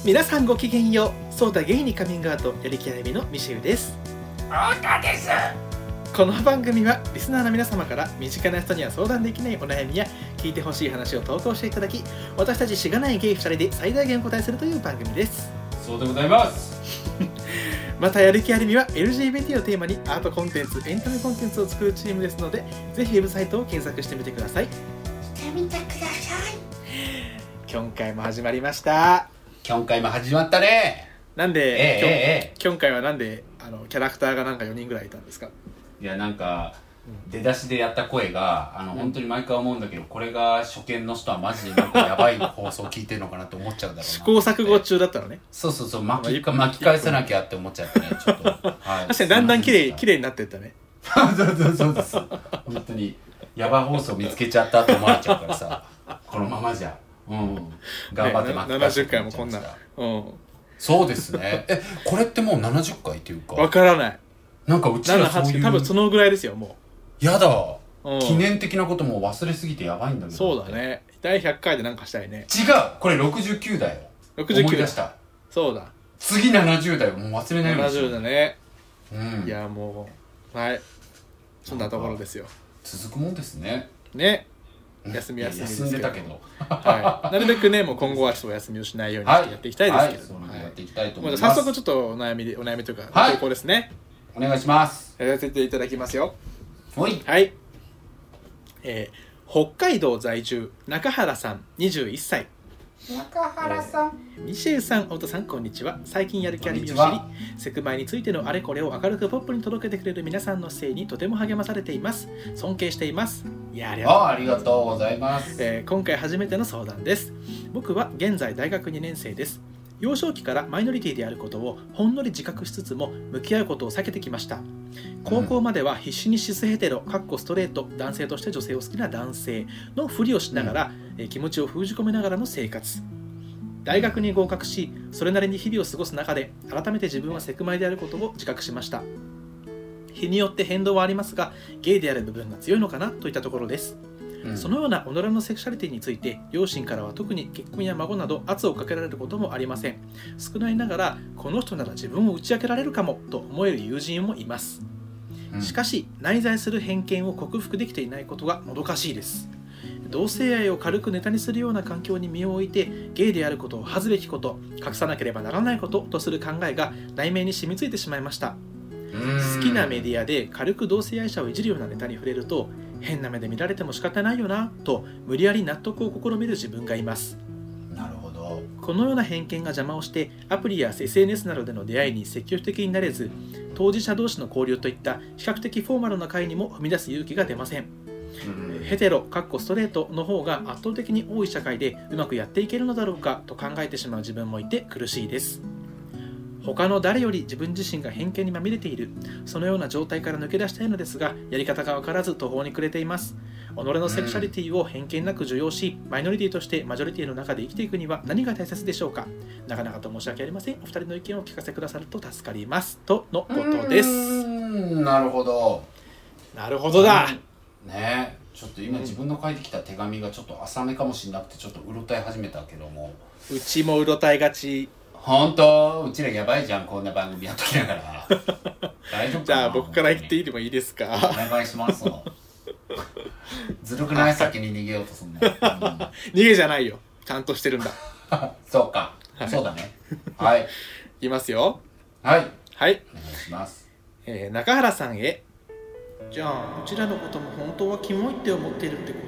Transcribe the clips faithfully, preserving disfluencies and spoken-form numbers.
皆さんごきげんよう。そうだゲイにカミングアウトやりきらみのミシェウです。 岡です。 この番組はリスナーの皆様から身近な人には相談できないお悩みや聞いてほしい話を投稿していただき、私たちしがないゲイふたりで最大限お答えするという番組です。 そうでございますまたやる気ありみは エルジービーティー をテーマにアートコンテンツ、エンタメコンテンツを作るチームですので、ぜひウェブサイトを検索してみてください。 してみてください。 今回も始まりました。 今回も始まったね。 なんで、 えー、 今, えー、 今回はなんであのキャラクターがなんかよにんぐらいいたんですか？ いやなんか出だしでやった声があの、うん、本当に毎回思うんだけど、これが初見の人はマジでなんかやばい放送聞いてるのかなって思っちゃうだろうな。 試行錯誤中だったのね。 そうそうそう、巻き, 巻き返さなきゃって思っちゃってね、ちょっと、はい、 確かにだんだん綺麗綺麗になっていったね。 そうそうそうです。本当にヤバ放送見つけちゃったと思われちゃうからさ、このままじゃ、うん、頑張って巻き返して、ね、 ななじゅっかいもこんな、うん、 そうですね。え、これってもうななじゅっかいっていうかわからない。 なんかうちらそういう多分そのぐらいですよ。もうやだ、うん、記念的なことも忘れすぎてやばいんだけど。 そうだね、だいひゃっかいでなんかしたいね。 違う、これろくじゅうきゅうだよ。 ろくじゅうきゅう思い出した。 そうだ、 次ななじゅうだよ。もう忘れないように。 ななじゅうだね、 うん、 いやもうはいそんなところですよ。 続くもんですね。 ね、休み休みですけど、 休んでたけど、 はい、なるべくねもう今後はお休みをしないようにしてやっていきたいですけれども、 はいはい、やっていきたいと思います。 早速ちょっとお悩みでお悩みというか、 はい、 投稿ですね。 お願いします。 やらせていただきますよ。 はい、 はい、えー、北海道在住中原さんにじゅういっさい。 中原さん、 えー、ミシェウさん、太田さん、こんにちは。最近やる気ありみを知り、セクマイについてのあれこれを明るくポップに届けてくれる皆さんの姿勢にとても励まされています。尊敬しています。いや、 ありがとうございます。 えー、今回初めての相談です。僕は現在大学にねん生です。幼少期からマイノリティであることをほんのり自覚しつつも向き合うことを避けてきました。高校までは必死にシスヘテロ、かっこストレート、男性として女性を好きな男性のふりをしながら、うん、えー、気持ちを封じ込めながらの生活。大学に合格し、それなりに日々を過ごす中で改めて自分はセクマイであることを自覚しました。日によって変動はありますが、ゲイである部分が強いのかなといったところです。うん、そのような己のセクシャリティについて両親からは特に結婚や孫など圧をかけられることもありません。少ないながらこの人なら自分を打ち明けられるかもと思える友人もいます。しかし内在する偏見を克服できていないことがもどかしいです。同性愛を軽くネタにするような環境に身を置いて、ゲイであることを恥ずべきこと、隠さなければならないこととする考えが内面に染みついてしまいました。好きなメディアで軽く同性愛者をいじるようなネタに触れると、変な目で見られても仕方ないよなと無理やり納得を試みる自分がいます。 なるほど。このような偏見が邪魔をしてアプリや エスエヌエス などでの出会いに積極的になれず、当事者同士の交流といった比較的フォーマルな会にも踏み出す勇気が出ません。ヘテロ、かっこストレートの方が圧倒的に多い社会でうまくやっていけるのだろうかと考えてしまう自分もいて苦しいです。他の誰より自分自身が偏見にまみれている、そのような状態から抜け出したいのですが、やり方が分からず途方に暮れています。己のセクシャリティを偏見なく受容し、マイノリティとしてマジョリティの中で生きていくには何が大切でしょうか。なかなかと申し訳ありません。お二人の意見をお聞かせくださると助かります。とのことです。 うーん、なるほど。 なるほどだ。 ねえ、ちょっと今自分の書いてきた手紙がちょっと浅めかもしれなくて、ちょっとうろたえ始めたけども。 うちもうろたえがち。 本当、うちらやばいじゃん、こんな番組やっときながら。大丈夫かな。 じゃあ僕から言っていいでもいいですか。 お願いします。ずるくない？先に逃げようとすんね、うん、逃げじゃないよ、ちゃんとしてるんだ。 そうか、はい、そうだね。はい、 いきますよ。 はいはい、 お願いします。 えー、中原さんへ。じゃあうちらのことも本当はキモいって思ってるってこと？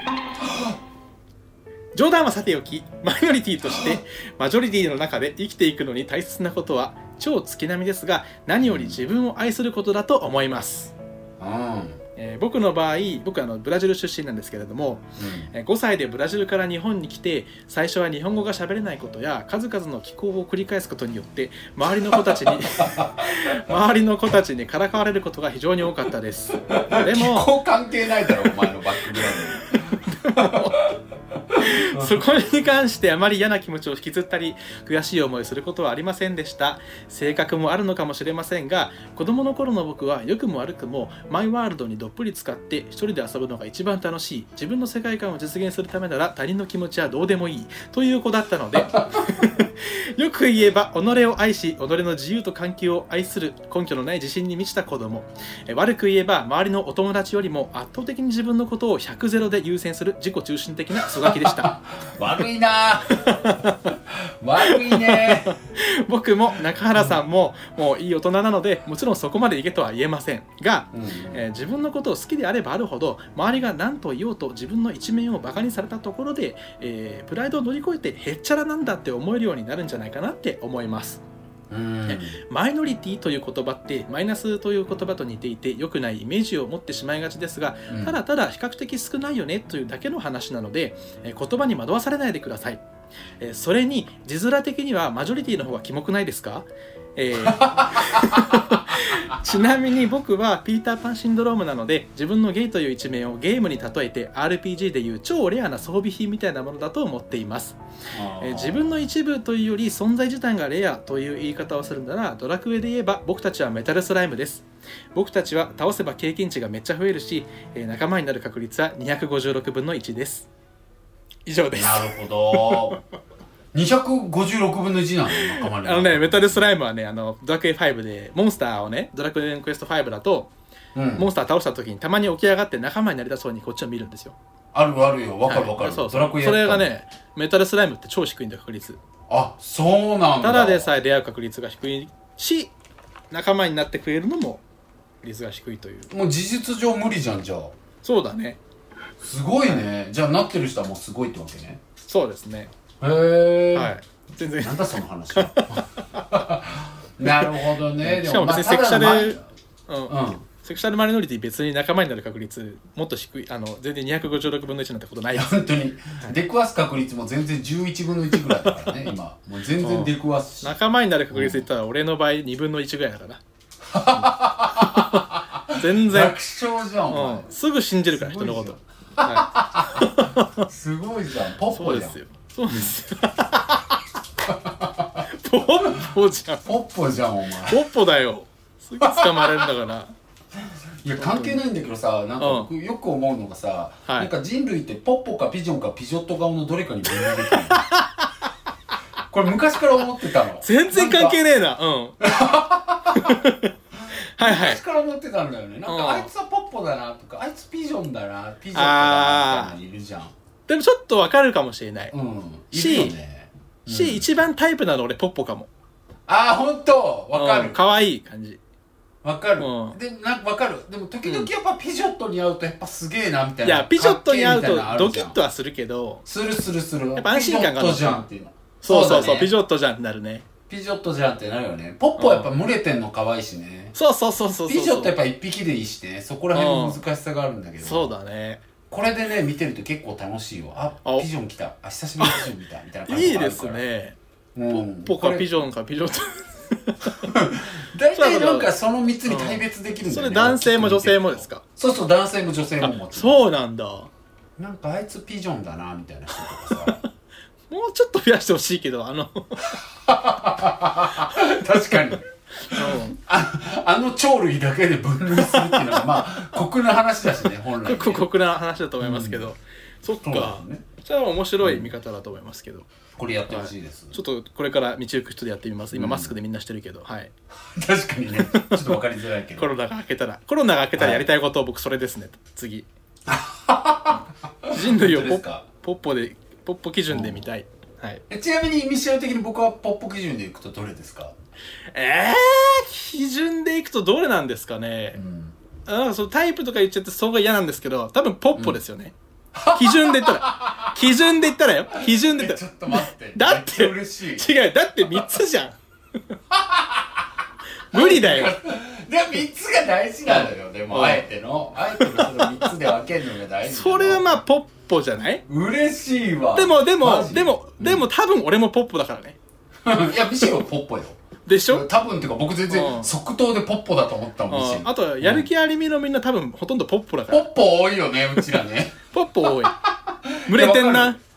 冗談はさておき、マイノリティとしてマジョリティの中で生きていくのに大切なことは超月並みですが、何より自分を愛することだと思います。 うん、 えー、僕の場合、僕はあのブラジル出身なんですけれども、うん、えー、ごさいでブラジルから日本に来て、最初は日本語が喋れないことや数々の気候を繰り返すことによって周りの子たちに周りの子たちにからかわれることが非常に多かったです。でも気候関係ないだろお前のバックグラウンド。 そこに関してあまり嫌な気持ちを引きずったり悔しい思いをすることはありませんでした。性格もあるのかもしれませんが、子供の頃の僕は良くも悪くもマイワールドにどっぷり使って一人で遊ぶのが一番楽しい、自分の世界観を実現するためなら他人の気持ちはどうでもいいという子だったのでよく言えば己を愛し己の自由と環境を愛する根拠のない自信に満ちた子供。え悪く言えば周りのお友達よりも圧倒的に自分のことをひゃくゼロで優先する自己中心的な育ちでした悪いな悪いね僕も中原さんももういい大人なのでもちろんそこまでいけとは言えませんが、うんえー、自分のことを好きであればあるほど周りが何と言おうと自分の一面をバカにされたところで、えー、プライドを乗り越えてへっちゃらなんだって思えるようになるんじゃないかなって思います。 うんマイノリティという言葉ってマイナスという言葉と似ていて良くないイメージを持ってしまいがちですが、うん、ただただ比較的少ないよねというだけの話なので、えー、言葉に惑わされないでください。えー、それに字面的にはマジョリティの方がキモくないですか？えー、ちなみに僕はピーターパンシンドロームなので自分のゲイという一面をゲームに例えて アールピージー でいう超レアな装備品みたいなものだと思っています。えー、自分の一部というより存在自体がレアという言い方をするならドラクエで言えば僕たちはメタルスライムです。僕たちは倒せば経験値がめっちゃ増えるし、えー、仲間になる確率はにひゃくごじゅうろくぶんのいちです。以上です。 なるほどにひゃくごじゅうろくぶんのいちなの仲間に。 あのねメタルスライムはねあのドラクエファイブでモンスターをねドラクエクエストファイブだと、うん、モンスター倒した時にたまに起き上がって仲間になりだそうにこっちを見るんですよ。 あるあるよわかるわかる、はい、 そうそうドラクエそれがねメタルスライムって超低いんだよ確率。 あそうなんだ。 ただでさえ出会う確率が低いし仲間になってくれるのも率が低いという。 もう事実上無理じゃんじゃあ。 そうだねすごいね、はい、じゃあなってる人はもうすごいってわけね。 そうですね。 へえ、 はい、全然なんだその話なるほどね。 しかも別にセクシャル、うんうん、セクシャルマイノリティ別に仲間になる確率もっと低いあの全然にひゃくごじゅうろくぶんのいちなんてことないです。 本当に、はい、出くわす確率も全然じゅういちぶんのいちぐらいだからね今もう全然出くわすし、 仲間になる確率言ったら俺の場合にぶんのいちぐらいだから全然楽勝じゃん、 うん、すぐ信じるから人のこと。 はい、すごいじゃんポッポじゃん。 そうですよポッポじゃんポッポじゃんお前。 ポッポだよすぐ捕まれるんだからいや関係ないんだけどさなんか僕よく思うのがさ、うん、なんか人類ってポッポかピジョンかピジョット顔のどれかに分類できるこれ昔から思ってたの。 全然関係ねえな。うんはいはい、 昔から思ってたんだよね。なんかあいつはポッポだなとかあいつピジョンだなピジョンだなみたいなのいるじゃん。 でもちょっとわかるかもしれない、 うん、いるよね。 し、し、うん、一番タイプなの俺ポッポかも。 ああほんとわかる。 かわいい感じわかる、うん、でなんかわかる。でも時々やっぱピジョットに会うとやっぱすげえなみたいな。 いやピジョットに会うとドキッとはするけどするするする。 やっぱ安心感がある。 ピジョットじゃんっていうの。 そうそうそう、ね、ピジョットじゃんってなるね。 ピジョットじゃんってなるよね。ポッポはやっぱ群れてんの可愛いしね、 うん、そうそうそうそうそう。 ピジョットやっぱ一匹でいいしね、そこら辺の難しさがあるんだけど、うん、 そうだね。 これでね見てると結構楽しいよ。あピジョン来た、あ久しぶりにピジョン見たみたいな感じがあるから。いいですね、うん、ポッポかピジョンかピジョット大体なんかそのみっつに大別できるんだよね、うん、それ男性も女性もですか？ そうそう男性も女性ももちろん。 そうなんだ。 なんかあいつピジョンだなみたいな人とかさもうちょっと増やしてほしいけどあの確かに、うん、あ, あの鳥類だけで分類するっていうのはまあ酷な話だしね本来ね。 結構酷な話だと思いますけど、うん、そっかそ,、ね、それは面白い見方だと思いますけど、うん、 これやってほしいです、 はい、ちょっとこれから道行く人でやってみます。今、うん、マスクでみんなしてるけど、はい、 確かにねちょっと分かりづらいけどコロナが明けたらコロナが明けたらやりたいことを僕それですね、はい、次人類をポッポッポでポッポ基準で見たい、はい、 えちなみにミッション的に僕はポッポ基準でいくとどれですか？ えー、基準でいくとどれなんですかね、うん、なんかそのタイプとか言っちゃってそこが嫌なんですけど多分ポッポですよね、うん、基準で言ったら基準で言ったらよ基準で言ったらちょっと待ってだって嬉しい。 違うだってみっつじゃん無理だよでもみっつが大事なのよ。でもあえてのあえてのそのみっつで分けるのが大事。 それはまあポッポじゃない？ 嬉しいわ。 でもでもでもでも多分俺もポッポだからねいやむしろポッポよでしょ？ 多分っていうか僕全然即答でポッポだと思ったもん。 あとやる気ありみのみんな多分ほとんどポッポだから。 ポッポ多いよねうちらねポッポ多い群れてんな。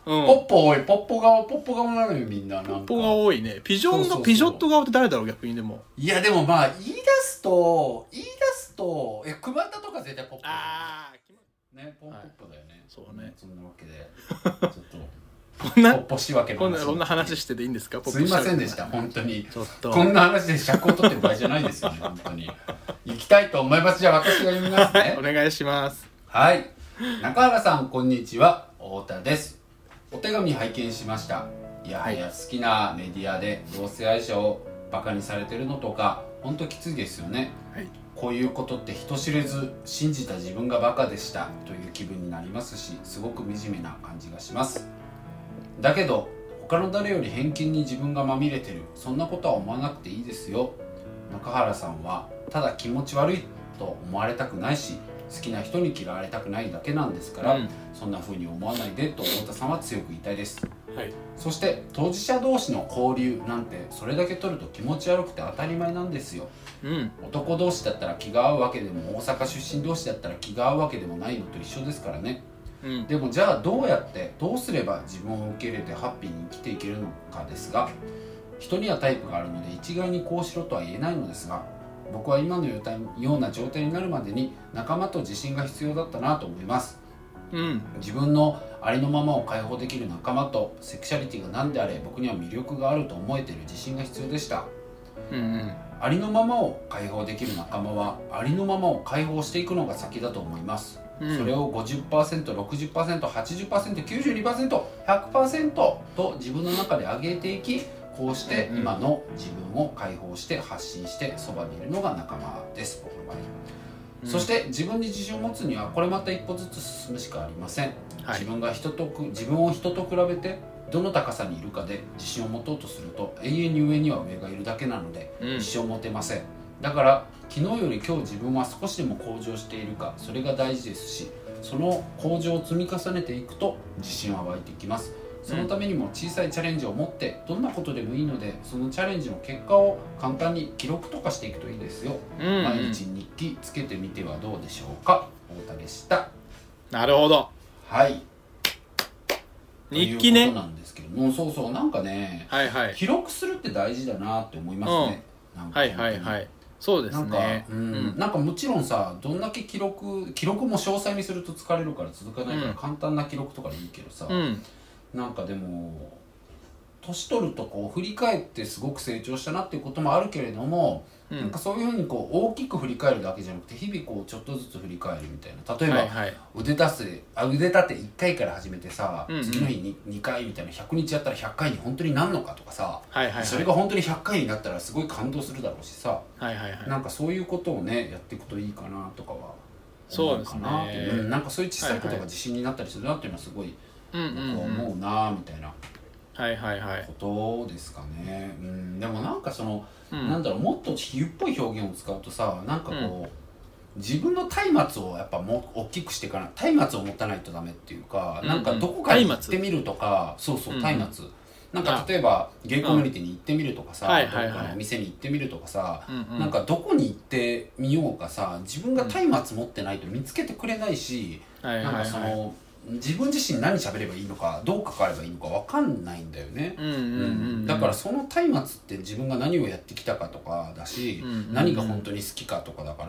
ポッポ多い、ポッポ顔、ポッポ顔なのよみんな。なんかポッポが多いね。ピジョンが、 そうそうそうピジョット顔って誰だろう逆に。でもいやでもまあ言い出すと言い出すとえ熊田とか絶対ポッポああねポンポッポだよね、はい、 そうね。 そんなわけでちょっとこんなポッポしわけの話こんなこんな話してていいんですか。ポッポすいませんでした本当に。 ちょっとこんな話で尺を取ってる場合じゃないですよね本当に。行きたいと思います。じゃあ私が読みますねお願いします。 はい、中原さんこんにちは、太田です。お手紙拝見しました。いやはや好きなメディアで同性愛者をバカにされてるのとか本当きついですよね、はい、こういうことって人知れず信じた自分がバカでしたという気分になりますし、すごく惨めな感じがします。だけど他の誰より偏見に自分がまみれてる、そんなことは思わなくていいですよ。中原さんはただ気持ち悪いと思われたくないし、好きな人に嫌われたくないだけなんですから、うん、そんな風に思わないでと太田さんは強く言いたいです、はい、そして当事者同士の交流なんてそれだけ取ると気持ち悪くて当たり前なんですよ、うん、男同士だったら気が合うわけでも大阪出身同士だったら気が合うわけでもないのと一緒ですからね、うん、でもじゃあどうやってどうすれば自分を受け入れてハッピーに生きていけるのかですが、人にはタイプがあるので一概にこうしろとは言えないのですが、僕は今のような状態になるまでに仲間と自信が必要だったなと思います、うん、自分のありのままを解放できる仲間とセクシャリティが何であれ僕には魅力があると思えている自信が必要でした、うんうん、ありのままを解放できる仲間はありのままを解放していくのが先だと思います、うん、それを ごじゅっパーセント、ろくじゅっパーセント、はちじゅっパーセント、きゅうじゅうにパーセント、ひゃくパーセント と自分の中で上げていき、こうして今の自分を解放して発信してそばにいるのが仲間です、僕の場合、うん、そして自分に自信を持つにはこれまた一歩ずつ進むしかありません、はい、自分が人と自分を人と比べてどの高さにいるかで自信を持とうとすると永遠に上には上がいるだけなので、うん、一生持てません。だから昨日より今日自分は少しでも向上しているか、それが大事ですし、その向上を積み重ねていくと自信は湧いてきます。そのためにも小さいチャレンジを持ってどんなことでもいいので、そのチャレンジの結果を簡単に記録とかしていくといいですよ、うんうん、毎日日記つけてみてはどうでしょうか。太田でした。 なるほど。 はい、 日記ね。 ということなんですけども、そうそう、なんかね、はいはい、記録するって大事だなって思いますね、うん、なんかはいはいはい、 そうですね。 なんか、うんうん、なんかもちろんさ、どんだけ記録記録も詳細にすると疲れるから続かないから、うん、簡単な記録とかでいいけどさ、うん、なんかでも年取るとこう振り返ってすごく成長したなっていうこともあるけれども、うん、なんかそういうふうにこう大きく振り返るだけじゃなくて日々こうちょっとずつ振り返るみたいな。例えば、はいはい、腕立てあ腕立ていっかいから始めてさ、うんうん、次の日ににかいみたいなひゃくにちやったらひゃっかいに本当になんのかとかさ、はいはいはい、それが本当にひゃっかいになったらすごい感動するだろうしさ、はいはいはい、なんかそういうことをねやっていくといいかなとかは思うかなって。そうですね、うん、なんかそういう小さいことが自信になったりするなっていうのはすごい僕は思うなみたいなことですかね、うん、でもなんかその、うん、なんだろう、もっと比喩っぽい表現を使うとさ、なんかこう、うん、自分の松明をやっぱも大きくしていかない、松明を持たないとダメっていうか、うんうん、なんかどこかに行ってみるとか、そうそう松明、うんうん、なんか例えばゲイコミュニティに行ってみるとかさ、うん、どこかのお店に行ってみるとかさ、うんうん、なんかどこに行ってみようかさ、自分が松明持ってないと見つけてくれないし、うん、なんかその、はいはいはい、自分自身何喋ればいいのかどう関わればいいのか分かんないんだよね。だからその松明って自分が何をやってきたかとかだし、うんうんうん、何が本当に好きかとかだから、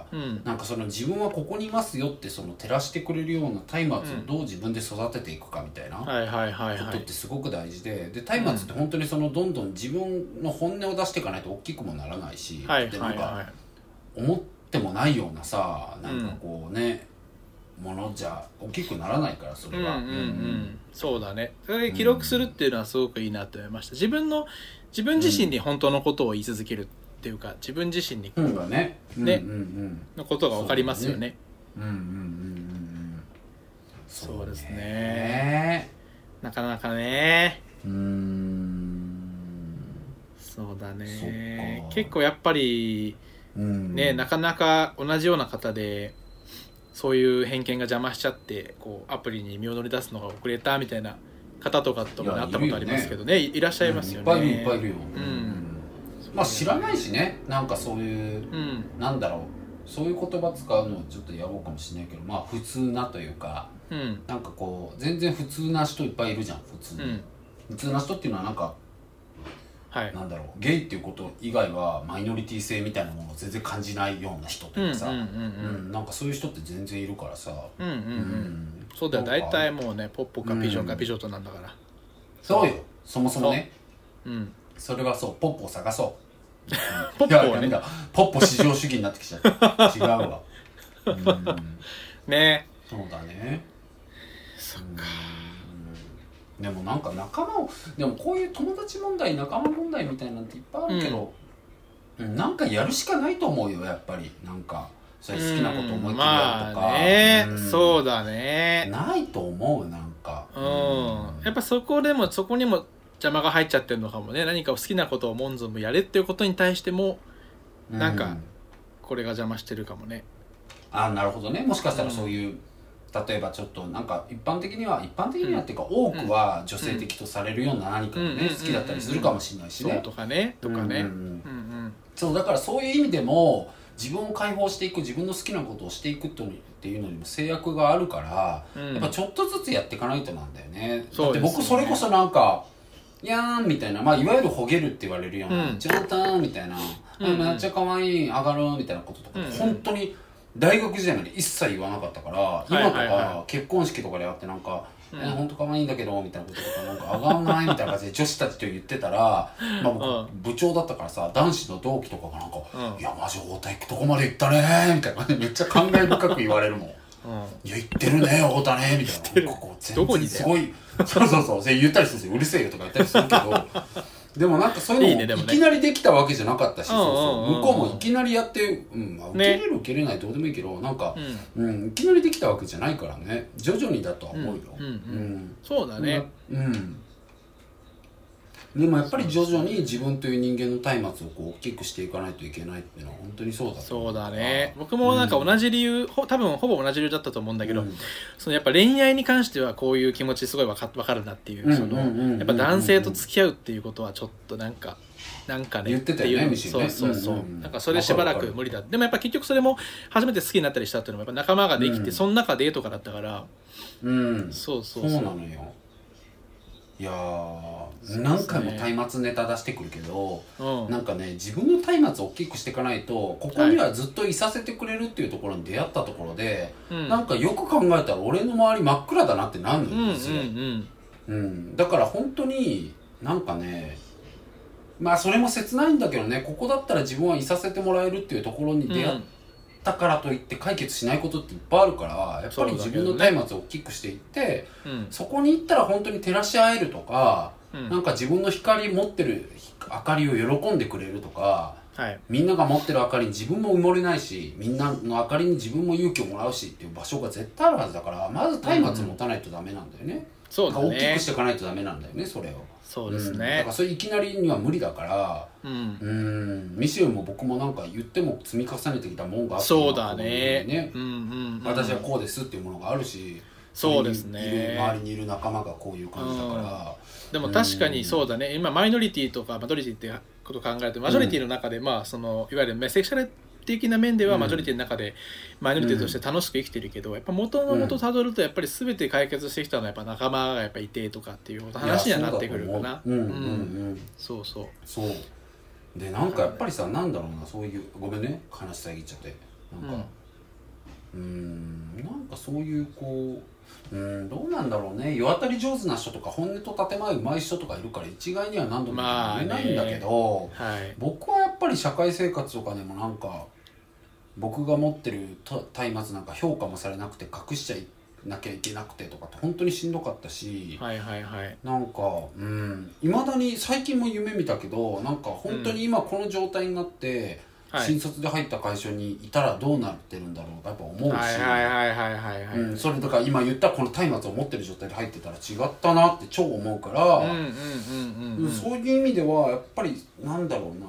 うん、なんかその自分はここにいますよってその照らしてくれるような松明をどう自分で育てていくかみたいなことってすごく大事で、で松明って本当にそのどんどん自分の本音を出していかないと大きくもならないし、はい、でなんか思ってもないようなさ、なんかこうね、ものじゃ大きくならないから、それは、うんうんうんうん、そうだね。それで記録するっていうのはすごくいいなと思いました。自分の自分自身に本当のことを言い続けるっていうか、自分自身にこう、うんねねうんうんうん、のことが分かりますよね。うんうんうんうん、そうですね。なかなかね。うーん、そうだね。結構やっぱり、うん、ね、なかなか同じような方で。そういう偏見が邪魔しちゃってこうアプリに身を乗り出すのが遅れたみたいな方とかともなったことありますけどね、 い, ねいらっしゃいますよね、うん、いっぱいいるいっぱいいるよ、うん、まあ知らないしね、なんかそういう、うん、なんだろそういう言葉使うのはちょっとやろうかもしれないけど、まあ普通なというか、うん、なんかこう全然普通な人いっぱいいるじゃん普通に、うん、普通な人っていうのはなんか、はい、なんだろうゲイっていうこと以外はマイノリティ性みたいなものを全然感じないような人というかさ、なんかそういう人って全然いるからさ、うんうんうんうん、 そうだよ大体もうねポッポかピジョンかピジョンとなんだから、うん、 そうよそもそもね そ,、うん、それはそうポッポを探そうポッポをねポッポ至上主義になってきちゃった違うわうんねそうだねそっかでもなんか仲間をでもこういう友達問題仲間問題みたいなんていっぱいあるけど、うん、なんかやるしかないと思うよやっぱりなんかそれ好きなこと思いっきりやるとか、 まあね、うん、そうだねないと思うなんか、 うん、やっぱそこでもそこにも邪魔が入っちゃってるのかもね何かを好きなことをモンズもやれっていうことに対してもなんかこれが邪魔してるかもね、 うん、あなるほどねもしかしたらそういう、うん例えばちょっとなんか一般的には一般的にはっていうか多くは女性的とされるような何かをね好きだったりするかもしれないしねそうとかねとかねそうだからそういう意味でも自分を解放していく自分の好きなことをしていくっていうのにも制約があるから、うん、やっぱちょっとずつやっていかないとなんだよね。だって僕それこそなんかいやーんみたいな、まあいわゆるほげるって言われるような、うん、じゃんたーんみたいな、うん、めっちゃ可愛い上がるみたいなこととか、うん、本当に大学時代まで一切言わなかったから、今とか結婚式とかであってなんか、うん、え本当可愛いんだけどみたいなこととかなんか上がんないみたいな感じで女子たちと言ってたら、まあ僕、うん、部長だったからさ男子の同期とかがなんか、うん、いやマジ太田行くとこまで行ったねーみたいな感じでめっちゃ感慨深く言われるもん。うん、いや行ってるね太田ねみたいな。ここ全然すごいそうそうそう言ったりするんですようるせえよとか言ったりするけど。でもなんかそういうのもいきなりできたわけじゃなかったし、そうそう向こうもいきなりやって、うんまあ、受けれる受けれないどうでもいいけどなんか、うんうん、いきなりできたわけじゃないからね徐々にだとは思うよ、うんうんうん、 そうだね、 うん、でもやっぱり徐々に自分という人間の松明をこう大きくしていかないといけないっていうのは本当にそうだと思う。 そうだね僕もなんか同じ理由、うん、ほ多分ほぼ同じ理由だったと思うんだけど、うん、そのやっぱ恋愛に関してはこういう気持ちすごい分か、分かるなっていう、そのやっぱ男性と付き合うっていうことはちょっとなんかなんかね言ってたよね、 そうそうそう、うんうん、なんかそれしばらく無理だ。でもやっぱ結局それも初めて好きになったりしたっていうのもやっぱ仲間ができて、うん、その中でとかだったから、 うん、 そうそうそう。 そうなのよ。いやー、ね、何回も松明ネタ出してくるけど、うん、なんかね自分の松明を大きくしていかないとここにはずっといさせてくれるっていうところに出会ったところで、はい、なんかよく考えたら俺の周り真っ暗だなってなるんですよ、うんうんうんうん、だから本当になんかねまあそれも切ないんだけどねここだったら自分はいさせてもらえるっていうところに出会ったからといって解決しないことっていっぱいあるからやっぱり自分の松明を大きくしていって、そ, ね、そこに行ったら本当に照らし合えるとか、うん、なんか自分の光持ってる明かりを喜んでくれるとか、はい、みんなが持ってる明かりに自分も埋もれないしみんなの明かりに自分も勇気をもらうしっていう場所が絶対あるはずだからまず松明持たないとダメなんだよね、うん、そうだね大きくしていかないとダメなんだよねそれをそうですね、 うん、だからそれいきなりには無理だから、うん、うんミシェルも僕もなんか言っても積み重ねてきたもんがあってそうだね、 ねうんうんうん、私はこうですっていうものがあるしそうですね周りにいる仲間がこういう感じだから、うん、 でも確かにそうだね今マイノリティとかマジョリティってことを考えるとマジョリティの中で、うん、まあそのいわゆるセクシャル的な面ではマジョリティの中でマイノリティとして楽しく生きてるけど、うん、やっぱ元の元たどるとやっぱり全て解決してきたのはやっぱ仲間がやっぱいてとかっていう話にはなってくるかな。うんうんうん、そうそうそうでなんかやっぱりさなんだろうなそういうごめんね話遮っちゃってなんかうーんなんかそういうこううんどうなんだろうね世当たり上手な人とか本音と建前うまい人とかいるから一概には何度も言えないんだけど、まあはい、僕はやっぱり社会生活とかでもなんか僕が持ってる松明なんか評価もされなくて隠しちゃいなきゃいけなくてとかって本当にしんどかったし、 はいはいはい、 なんかうんいまだに最近も夢見たけどなんか本当に今この状態になって、うん、新卒で入った会社にいたらどうなってるんだろうとやっぱ思うし、 はいはいはいはいはいはい、 うん、それとか今言ったこの松明を持ってる状態で入ってたら違ったなって超思うからそういう意味ではやっぱりなんだろうな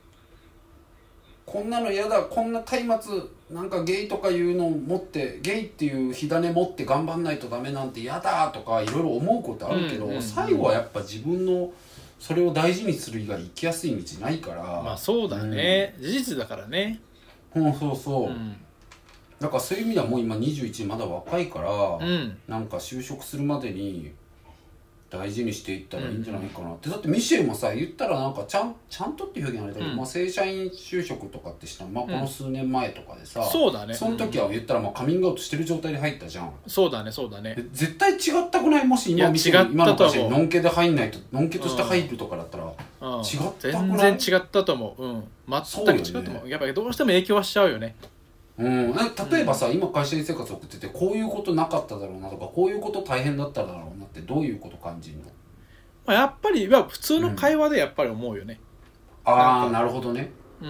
こんなの嫌だこんな松明なんかゲイとかいうのを持ってゲイっていう火種持って頑張んないとダメなんて嫌だとかいろいろ思うことあるけど、うんうんうん、最後はやっぱ自分のそれを大事にする以外生きやすい道ないからまあそうだね、うん、事実だからねうん、そうそう、うん、だからそういう意味ではもう今にじゅういちまだ若いから、うん、なんか就職するまでに大事にしていったらいいんじゃないかなって、うん、だってミシェルもさ言ったらなんかちゃんちゃんとっていう表現あれだけど、うん、まあ、正社員就職とかってしたの、まあ、この数年前とかでさ、うん、 そうだね、 その時は言ったらまあカミングアウトしてる状態で入ったじゃん。 そうだねそうだね。 絶対違ったくない？もし今ミシェル今の会社にのんけで入んないとのんけとして入るとかだったら、うん、違ったくない？ 全然違ったと思う。うん、全く違ったと思う。やっぱりどうしても影響はしちゃうよね。 うん、例えばさ、うん、今会社員生活を送っててこういうことなかっただろうなとかこういうこと大変だっただろうなってどういうこと感じるの？ まあ、やっぱり普通の会話でやっぱり思うよね、 うん、ああなるほどね、 うん、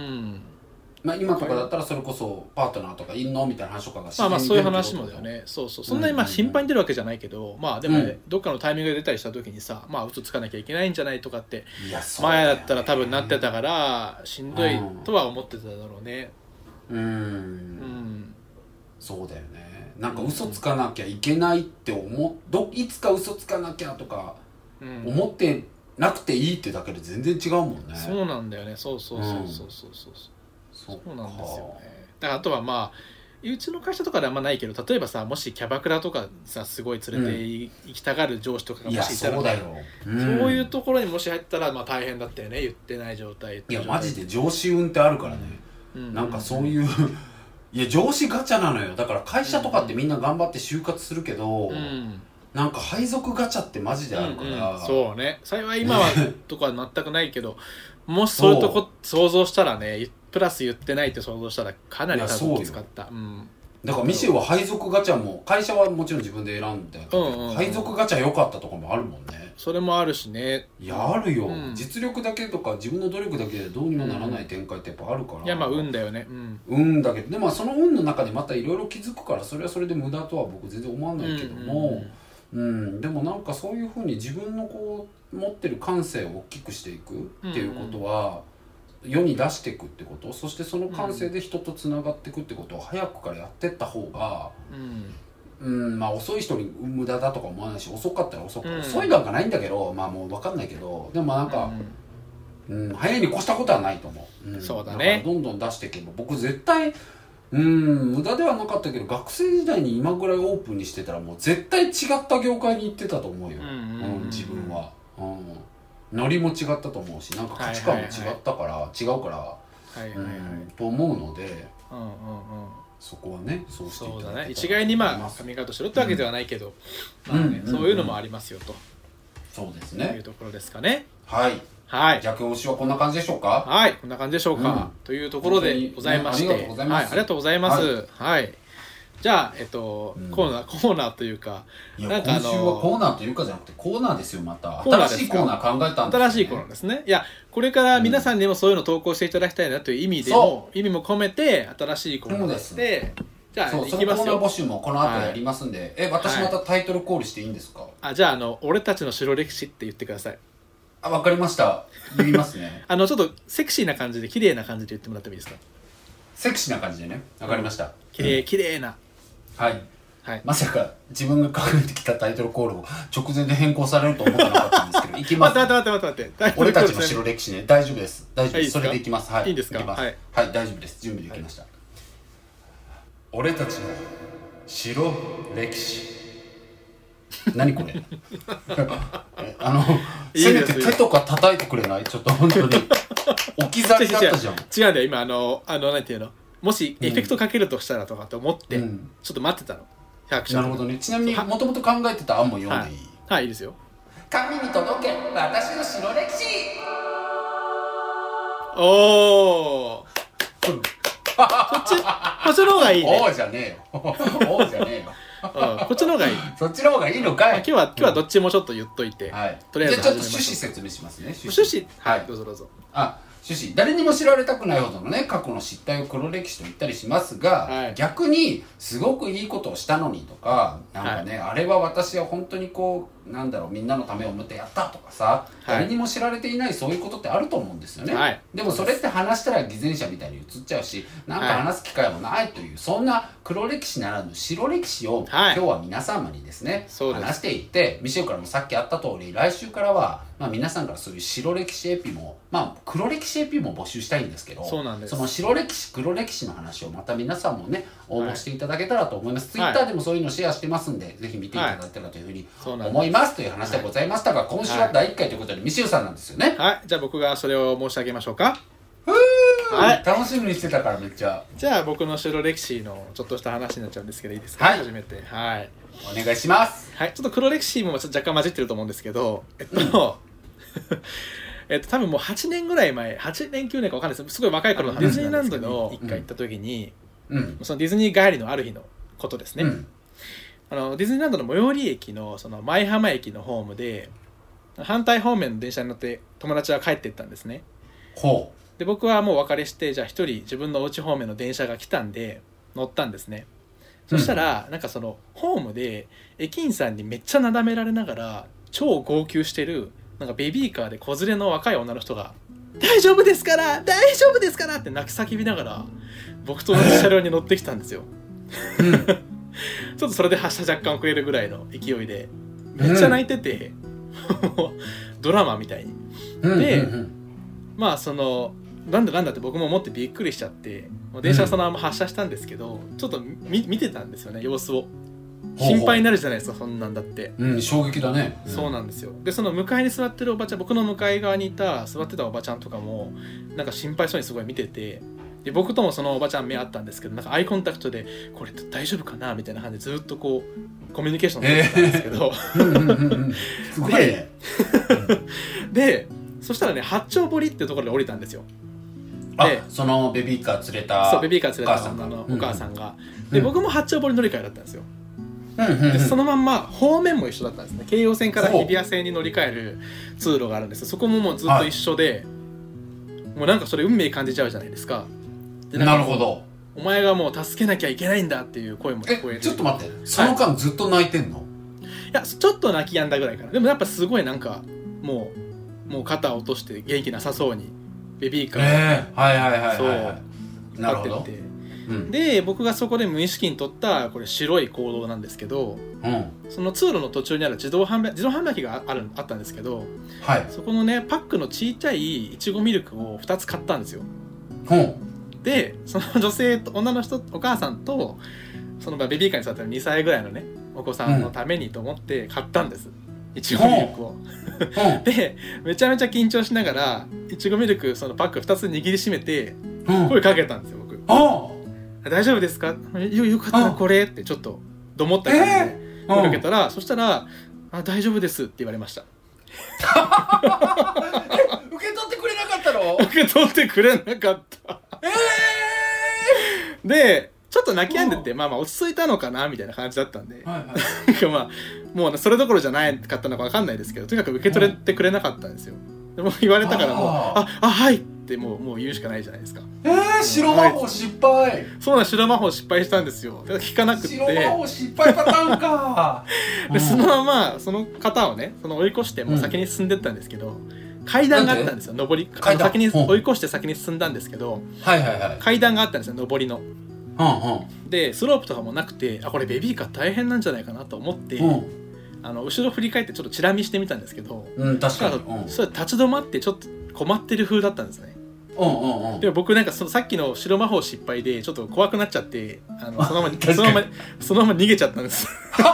まあ、今とかだったらそれこそパートナーとかいんのみたいな話とかがまあまあそういう話もだよね。そうそう、そんなにまあ頻繁に出るわけじゃないけど、うん、まあでもね、うん、どっかのタイミングで出たりした時にさ、まあ嘘つかなきゃいけないんじゃないとかって前だったら多分なってたからしんどいとは思ってただろうね。 うん、うん、そうだよね。なんか嘘つかなきゃいけないって思どいつか嘘つかなきゃとか思ってなくていいってだけで全然違うもんね。 そうなんだよね。そうそうそうそうそうそう、うん、そうなんですよね。だからあとはまあうちの会社とかではあんまないけど、例えばさもしキャバクラとかさすごい連れて行きたがる上司とかがもしいたら、ね、 いやそうだよ、 うん、そういうところにもし入ったらまあ大変だったよね。言ってない状態。 いやマジで上司運ってあるからね、うん、なんかそういういや上司ガチャなのよ。だから会社とかってみんな頑張って就活するけど、うん、なんか配属ガチャってマジであるから、 うんうん、そうね。幸い今はとかは全くないけどもしそういうとこ想像したらね、プラス言ってないって想像したらかなり多分きつかった、うん、 だからミシェルは配属ガチャも会社はもちろん自分で選んだけど、うんうんうん、配属ガチャ良かったところもあるもんね。 それもあるしね。 いやあるよ、うん、実力だけとか自分の努力だけでどうにもならない展開ってやっぱあるから、うん、 いやまあ運だよね、うん、 運だけどでもその運の中でまたいろいろ気づくからそれはそれで無駄とは僕全然思わないけども、うんうんうん、でもなんかそういうふうに自分のこう持ってる感性を大きくしていくっていうことは、うんうん、世に出していくってこと、そしてその感性で人とつながっていくってことを早くからやってった方が、うんうん、まあ遅い人に無駄だとか思わないし遅かったら遅く、うん、遅いなんかないんだけどまあもう分かんないけどでもなんか、うんうん、早いに越したことはないと思う、うん、 そうだね。 だからどんどん出していけば僕絶対うん無駄ではなかったけど学生時代に今ぐらいオープンにしてたらもう絶対違った業界に行ってたと思うよ、うんうんうん、自分は、うん、ノリも違ったと思うしなんか価値観も違ったから、はいはいはい、違うから、はいはいはいうん、と思うので、うんうんうん、そこはねそうしていただいてそうだね。一概にまあカミングアウトしろってわけではないけど、うんまあねうん、そういうのもありますよと、 そうですねというところですかね。 はいはい、逆押しはこんな感じでしょうか。 はいこんな感じでしょうか、うん、というところでございまして、ね、ありがとうございます、はい、ありがとうございます、はいはい、じゃあえっと、うん、コーナーコーナーというかいやなんかあの今週はコーナーというかじゃなくてコーナーですよ。また新しいコーナー考えたんです、ね、 新しいコーナーですね。いやこれから皆さんにもそういうの投稿していただきたいなという意味でも、うん、意味も込めて新しいコーナーとしてじゃあそういきますよ。 そのコーナー募集もこの後やりますんで、はい、え私またタイトルコールしていいんですか。 あじゃああの俺たちの白歴史って言ってください。 あ、わかりました。言いますね。 あのちょっとセクシーな感じで綺麗な感じで言ってもらってもいいですか。 セクシーな感じでね。わかりました。 綺麗綺麗な。 はい。はい。まさか自分が考えてきたタイトルコールを直前で変更されると思ってなかったんですけど、いきます、ね。 待って待って待って待って。 俺たちの白歴史ね。大丈夫です。大丈夫です。それでいきます。はい。 いいですか。 はい。はい、大丈夫です。準備できました。はい、俺たちの白歴史。何これあのせめて手とか叩いてくれない？ちょっと本当に置き去りだったじゃん。 違うんだよ今あのあのなんていうのもしエフェクトかけるとしたらとかって思って、うん、ちょっと待ってたのひゃく社なるほどね。ちなみにもともと考えてた案も読んでいい？ はい、はい、いいですよ。 神に届け私の白歴史。 おーそっちこっちの方がいいね。 おーじゃねえよおーじゃねえようん、こっちの方がいい。 そっちの方がいいのかい。 今日は今日はどっちもちょっと言っといて、うんはい、とりあえずじゃあちょっと趣旨説明しますね。 趣旨はい、はい、どうぞどうぞ。 あ趣旨誰にも知られたくないほどのね過去の失態を黒歴史と言ったりしますが、はい、逆にすごくいいことをしたのにとかなんかね、はい、あれは私は本当にこうなんだろう、みんなのためを思ってやったとかさ、はい、誰にも知られていないそういうことってあると思うんですよね、はい、でもそれって話したら偽善者みたいに映っちゃうし、なんか話す機会もないという、はい、そんな黒歴史ならぬ白歴史を、はい、今日は皆様にですね話していって、ミシェルからもさっきあった通り、来週からは、まあ、皆さんからそういう白歴史エピも、まあ黒歴史エピも募集したいんですけど、 そうなんです。 その白歴史黒歴史の話をまた皆さんもね応募していただけたらと思います、はい、ツイッターでもそういうのシェアしてますんで、ぜひ見ていただけたらというふうに思いますという話でございましたが、今週はだいいっかいということでミシェルさんなんですよね。 はい、じゃあ僕がそれを申し上げましょうか。 ふー、はい、楽しみにしてたからめっちゃ。 じゃあ僕の白歴史のちょっとした話になっちゃうんですけどいいですか、はい、初めて。はい、 お願いします。 はい、ちょっと黒歴史もちょっと若干混じってると思うんですけど、えっと、うんえっと多分もうはちねんぐらい前、はちねんきゅうねんか分かんないです。すごい若い頃のディズニーランドにいっかい行った時に、うん、そのディズニー帰りのある日のことですね、うん、あのディズニーランドの最寄り駅のその舞浜駅のホームで反対方面の電車に乗って友達は帰っていったんですね。 ほう。 で僕はもうお別れして、じゃあ一人自分のお家方面の電車が来たんで乗ったんですね。そしたら、うん、なんかそのホームで駅員さんにめっちゃなだめられながら超号泣してるなんかベビーカーで子連れの若い女の人が大丈夫ですから大丈夫ですからって泣き叫びながら僕と同じ車両に乗ってきたんですよ、うん、ちょっとそれで発車若干遅れるぐらいの勢いでめっちゃ泣いてて、うん、ドラマみたいに、うん、で、うんうん、まあそのなんだなんだって僕も思ってびっくりしちゃって電車そのまま発車したんですけど、うん、ちょっと見てたんですよね、様子を。心配になるじゃないですか、そんなんだって。 うん、衝撃だね、 うん、そうなんですよ。でその向かいに座ってるおばちゃん、僕の向かい側にいた座ってたおばちゃんとかもなんか心配そうにすごい見てて、で僕ともそのおばちゃん目あったんですけど、なんかアイコンタクトでこれ大丈夫かなみたいな感じでずっとこうコミュニケーション取ってたんですけど、 すごいね。 でそしたらね、八丁堀っていうところで降りたんですよ。 でそのベビーカー連れたそうベビーカー連れた女のお母さんが、うん、で僕も八丁堀乗り換えだったんですよ。でそのまんま方面も一緒だったんですね。京葉線から日比谷線に乗り換える通路があるんです。そこももうずっと一緒で、はい、もうなんかそれ運命感じちゃうじゃないですか。 でなんかなるほど。 お前がもう助けなきゃいけないんだっていう声も聞こえる。 えちょっと待って、その間ずっと泣いてんの？はい、 いやちょっと泣き止んだぐらいかな。でもやっぱすごいなんかもうもう肩を落として元気なさそうにベビーカー、 えー、はいはいはいはい、はい、 なるほど。うん、で僕がそこで無意識に取ったこれ白い行動なんですけど、うん、その通路の途中にある自動販売自動販売機があるあったんですけど、はい、そこのねパックのちっちゃいいちごミルクをふたつ買ったんですよ、うん、でその女性と女の人お母さんとそのベビーカーに座ってるにさいぐらいのねお子さんのためにと思って買ったんです、いちごミルクを、うん、でめちゃめちゃ緊張しながらいちごミルクそのパックふたつ握りしめて声かけたんですよ僕、うん大丈夫ですか よ, よかったらこれってちょっとどもった感じで声かけたら、えー、そしたらあ大丈夫ですって言われました。 え受け取ってくれなかったの？ 受け取ってくれなかった、えー、でちょっと泣き止んでて、まあまあ落ち着いたのかなみたいな感じだったんで、はいはい、まあもうそれどころじゃないかったのか分かんないですけど、とにかく受け取れてくれなかったんですよ。でも言われたからもうああはいってもうもう言うしかないじゃないですか。 えー、白魔法失敗。 そうなん、白魔法失敗したんですよ。聞かなくて白魔法失敗パターンかでそのままその方をねその追い越してもう先に進んでったんですけど、うん、階段があったんですよ。上り先に追い越して先に進んだんですけど、はいはいはい、階段があったんですよ上りの、うんうん、でスロープとかもなくて、あこれベビーカー大変なんじゃないかなと思って、うん、あの後ろ振り返ってちょっとチラ見してみたんですけど、 うん、確かに、うん、 それ立ち止まってちょっと困ってる風だったんですね。 うんうんうん、 でも僕なんかそのさっきの白魔法失敗でちょっと怖くなっちゃってあのそのままそのままそのまま逃げちゃったんです間違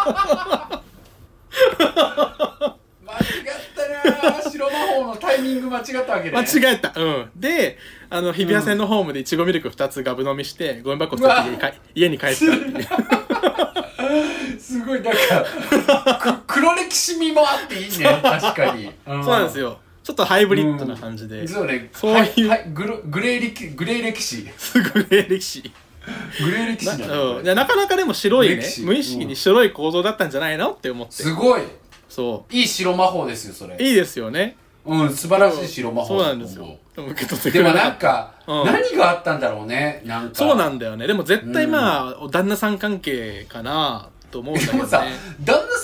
ったな、白魔法のタイミング間違ったわけで、ね、 間違えた、うん、であの日比谷線のホームでいちごミルクふたつガブ飲みしてゴミ箱捨てて家に帰ったっていうすごいなんか黒歴史味もあっていいね確かに、 うん、そうなんですよ。ちょっとハイブリッドな感じで、 うん、そうね、 そういう、 はいはい、グ, グレー歴グレー歴史グレー歴史グレー歴史な, うん、なかなかでも白いね無意識に白い行動だったんじゃないのって思って、 すごいそういい白魔法ですよそれ。 いいですよね。 うん素晴らしい白魔法。 そうなんですよ。でも受け取ってくれなかった。 でもなんか、うん、何があったんだろうね。なんかそうなんだよね。でも絶対まあ、うん、旦那さん関係かなと思うんだけどね。 でもさ旦那さん関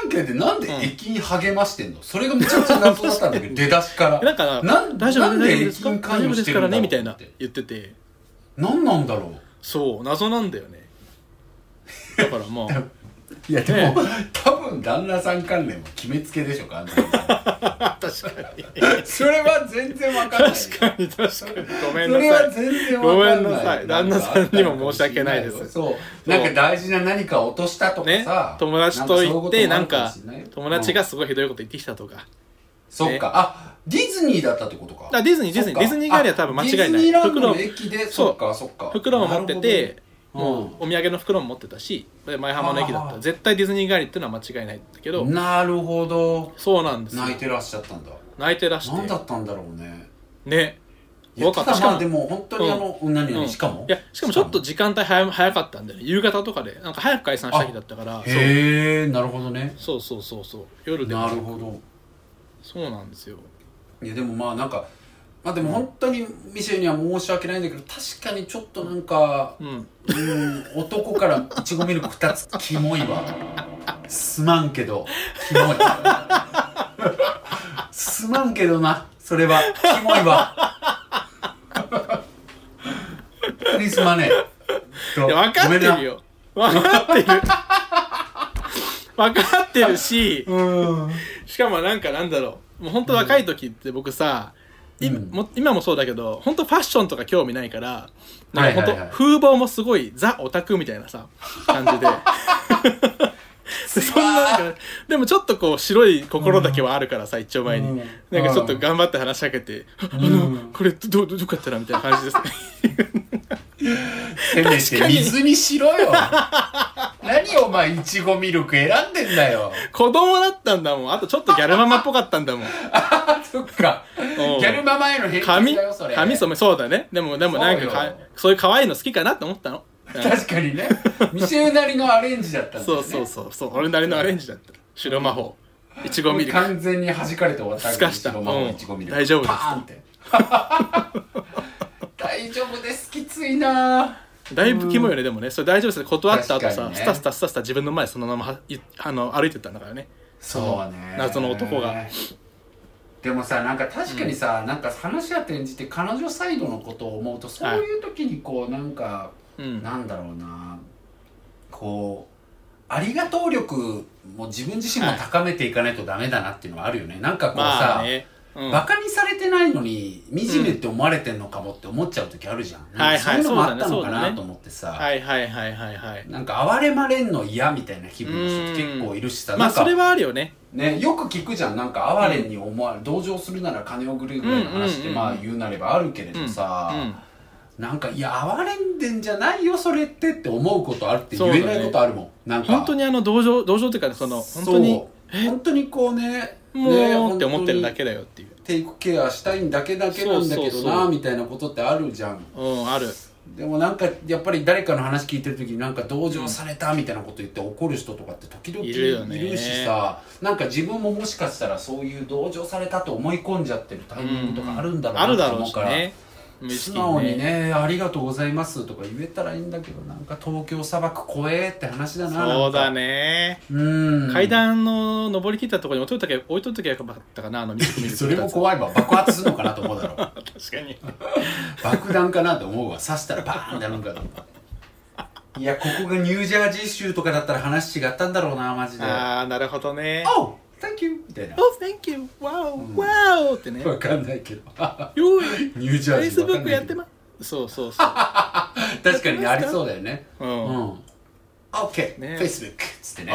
関係でなんで駅員励ましてんの、うん、それがめちゃくちゃ謎だったんだけど出だしからなんかなん大丈夫なんで駅員関与してるんだろうって大丈夫ですからねみたいな言ってて、 何なんだろう、 そう謎なんだよね。だからまあいやでも、ね、多分旦那さん関連も決めつけでしょ完全に確かにそれは全然わかんない。 確かに確かにごめんなさい。 それは全然わかんない。 ごめんなさい。旦那さんにも申し訳ないです。 そうなんか大事な何か落としたとかさ、ね、 友達と言ってなんか友達がすごいひどいこと言ってきたとか、うん、 そっか、ね、あディズニーだったってことか。 あディズニーディズニーディズニー帰りは多分間違いない。 ディズニーランドの駅でそっかそっか袋も持ってて、もうお土産の袋も持ってたし、前浜の駅だったら絶対ディズニー帰りっていうのは間違いないんだけど。 なるほど。 そうなんですよ。 泣いてらっしゃったんだ。 泣いてらして。 何だったんだろうね。 ね。 いやただまあでも本当にあの、うん、何々、うん、しかもいやしかもちょっと時間帯早早かったんだよね。夕方とかでなんか早く解散した日だったから。 へえなるほどね。 そうそうそうそう夜で。 なるほど。 そうなんですよ。 いやでもまあなんかまあでも本当にミシェルには申し訳ないんだけど、確かにちょっとなんか、うん、うん男からいちごミルクふたつキモいわ。すまんけどキモい。すまんけどなそれはキモいわ。クリスマネいや分かってるよ。分かってる。分かってるし、うん、しかもなんかなんだろう、もう本当若い時って僕さ、うん、も今もそうだけど本当ファッションとか興味ないから、なんか本当風貌もすごいザオタクみたいなさ感じでそんななんかでもちょっとこう白い心だけはあるからさ、一丁前に、うん、なんかちょっと頑張って話しかけて、うん、あのこれどどどこやったらみたいな感じですね。 せめて水にしろよ。何お前いちごミルク選んでんだよ。 子供だったんだもん。あとちょっとギャルママっぽかったんだもん。 あそっか。ギャルママへの返信だよそれ。 髪染めそうだね。でもでもなんかかそういう可愛いの好きかなって思ったの。 確かにね。ミシェルなりのアレンジだったんだよね。 そうそうそうそう。俺なりのアレンジだった。白魔法。いちごミルク。 完全に弾かれて終わった。 すかした。 白魔法いちごミルク。 大丈夫です。 パーンって。大丈夫です。きついな。 だいぶキモいよね。でもねそれ大丈夫です。断った後さ、ね、スタスタスタスタ自分の前そのままあの歩いてったんだからね。 そうね。 謎の男が。 でもさなんか確かにさ、うん、なんか話は転じて彼女サイドのことを思うとそういう時にこうなんか、うん、なんだろうなこうありがとう力も自分自身も高めていかないとダメだなっていうのはあるよね。なんかこうさ、まあねうん、バカにされてないのに惨めって思われてんのかもって思っちゃう時あるじゃん、うん、なんかそういうのもあったのかなと思ってさ、 はいはいはいはいはいなんか哀れまれんの嫌みたいな気分の人って結構いるしさ、 まあそれはあるよね。 ね、よく聞くじゃん。なんか哀れに思われ、うん、同情するなら金をくれるぐらいの話ってまあ言うなればあるけれどさ、うんうん、なんかいや哀れんでんじゃないよそれってって思うことあるって言えないことあるもん、ね、なんか本当にあの同情同情っていうかその本当に本当にこうねもう、ね、って思ってるだけだよっていうテイクケアしたいんだけだけなんだけどなみたいなことってあるじゃん。 うんある。 でもなんかやっぱり誰かの話聞いてる時になんか同情されたみたいなこと言って怒る人とかって時々いるしさ、なんか自分ももしかしたらそういう同情されたと思い込んじゃってるタイミングとかあるんだろうなと思うから、素直にねありがとうございますとか言えたらいいんだけど、なんか東京砂漠怖えって話だな。 そうだね。うん階段の登り切ったところに置いといたけ置いといたけよかったかなあのミルクミルクそれも怖いわ。爆発するのかなと思うだろう確かに爆弾かなと思うわ。刺したらバーンってなるんかといやここがニュージャージー州とかだったら話違ったんだろうなマジで。 ああなるほどね。 おThank you みたいな。 Oh, thank you. Wow, wow ってね。 わかんないけど。 ニュージャージー。Facebook やってま。そうそうそう。 確かにありそうだよね。うん。うん。OK。Facebook つってね。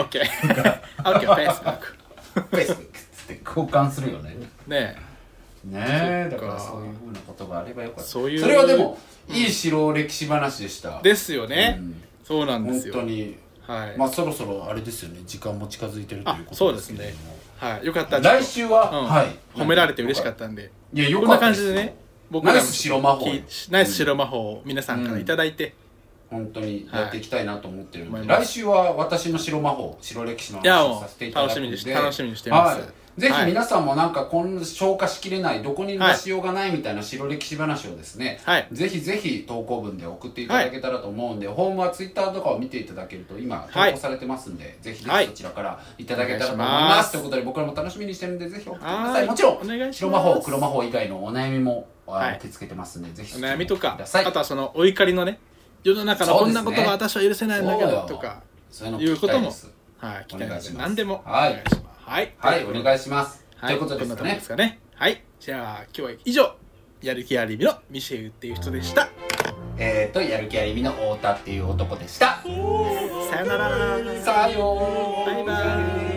OK。OK Facebook。 Facebook つって交換するよね。 ねえ。ねえ。だからそういう風なことがあればよかった。そういう。それはでもいい城歴史話でした。 ですよね。そうなんですよ。 本当に。はい、まあそろそろあれですよね。時間も近づいてるということですけども。そうですね。はい。よかった。 来週は、うん、はい褒められて嬉しかったんで。 いやよかった。 こんな感じでね。 僕ナイス白魔法。 ナイス白魔法を皆さんからいただいて、 うん、本当にやっていきたいなと思ってるので、はい、来週は私の白魔法白歴史の話をさせていただくので、 楽しみにして楽しみにしてます。はい、 ぜひ皆さんもなんかこん消化しきれない、どこに出しようがないみたいな白歴史話をですね、はい、ぜひぜひ投稿文で送っていただけたらと思うんで、はい、ホームはツイッターとかを見ていただけると今投稿されてますんで、はい、ぜひぜひそちらからいただけたらと思います、はい、ということで僕らも楽しみにしてるんでぜひ送ってください。もちろん白魔法黒魔法以外のお悩みも受け付けてますんで、はい、ぜひお悩みとか、あとはそのお怒りのね、世の中のこんなことが私は許せないんだけどとかいうことも、はい、聞きたいです。何でもお願いします。はい、 はい、お願いします。ということですかね。 こんなとこですかね。はい、じゃあ今日は以上、やる気ありみのミシェルっていう人でした。 えーとやる気ありみの太田っていう男でした。 さよなら。 さよう。 バイバイ。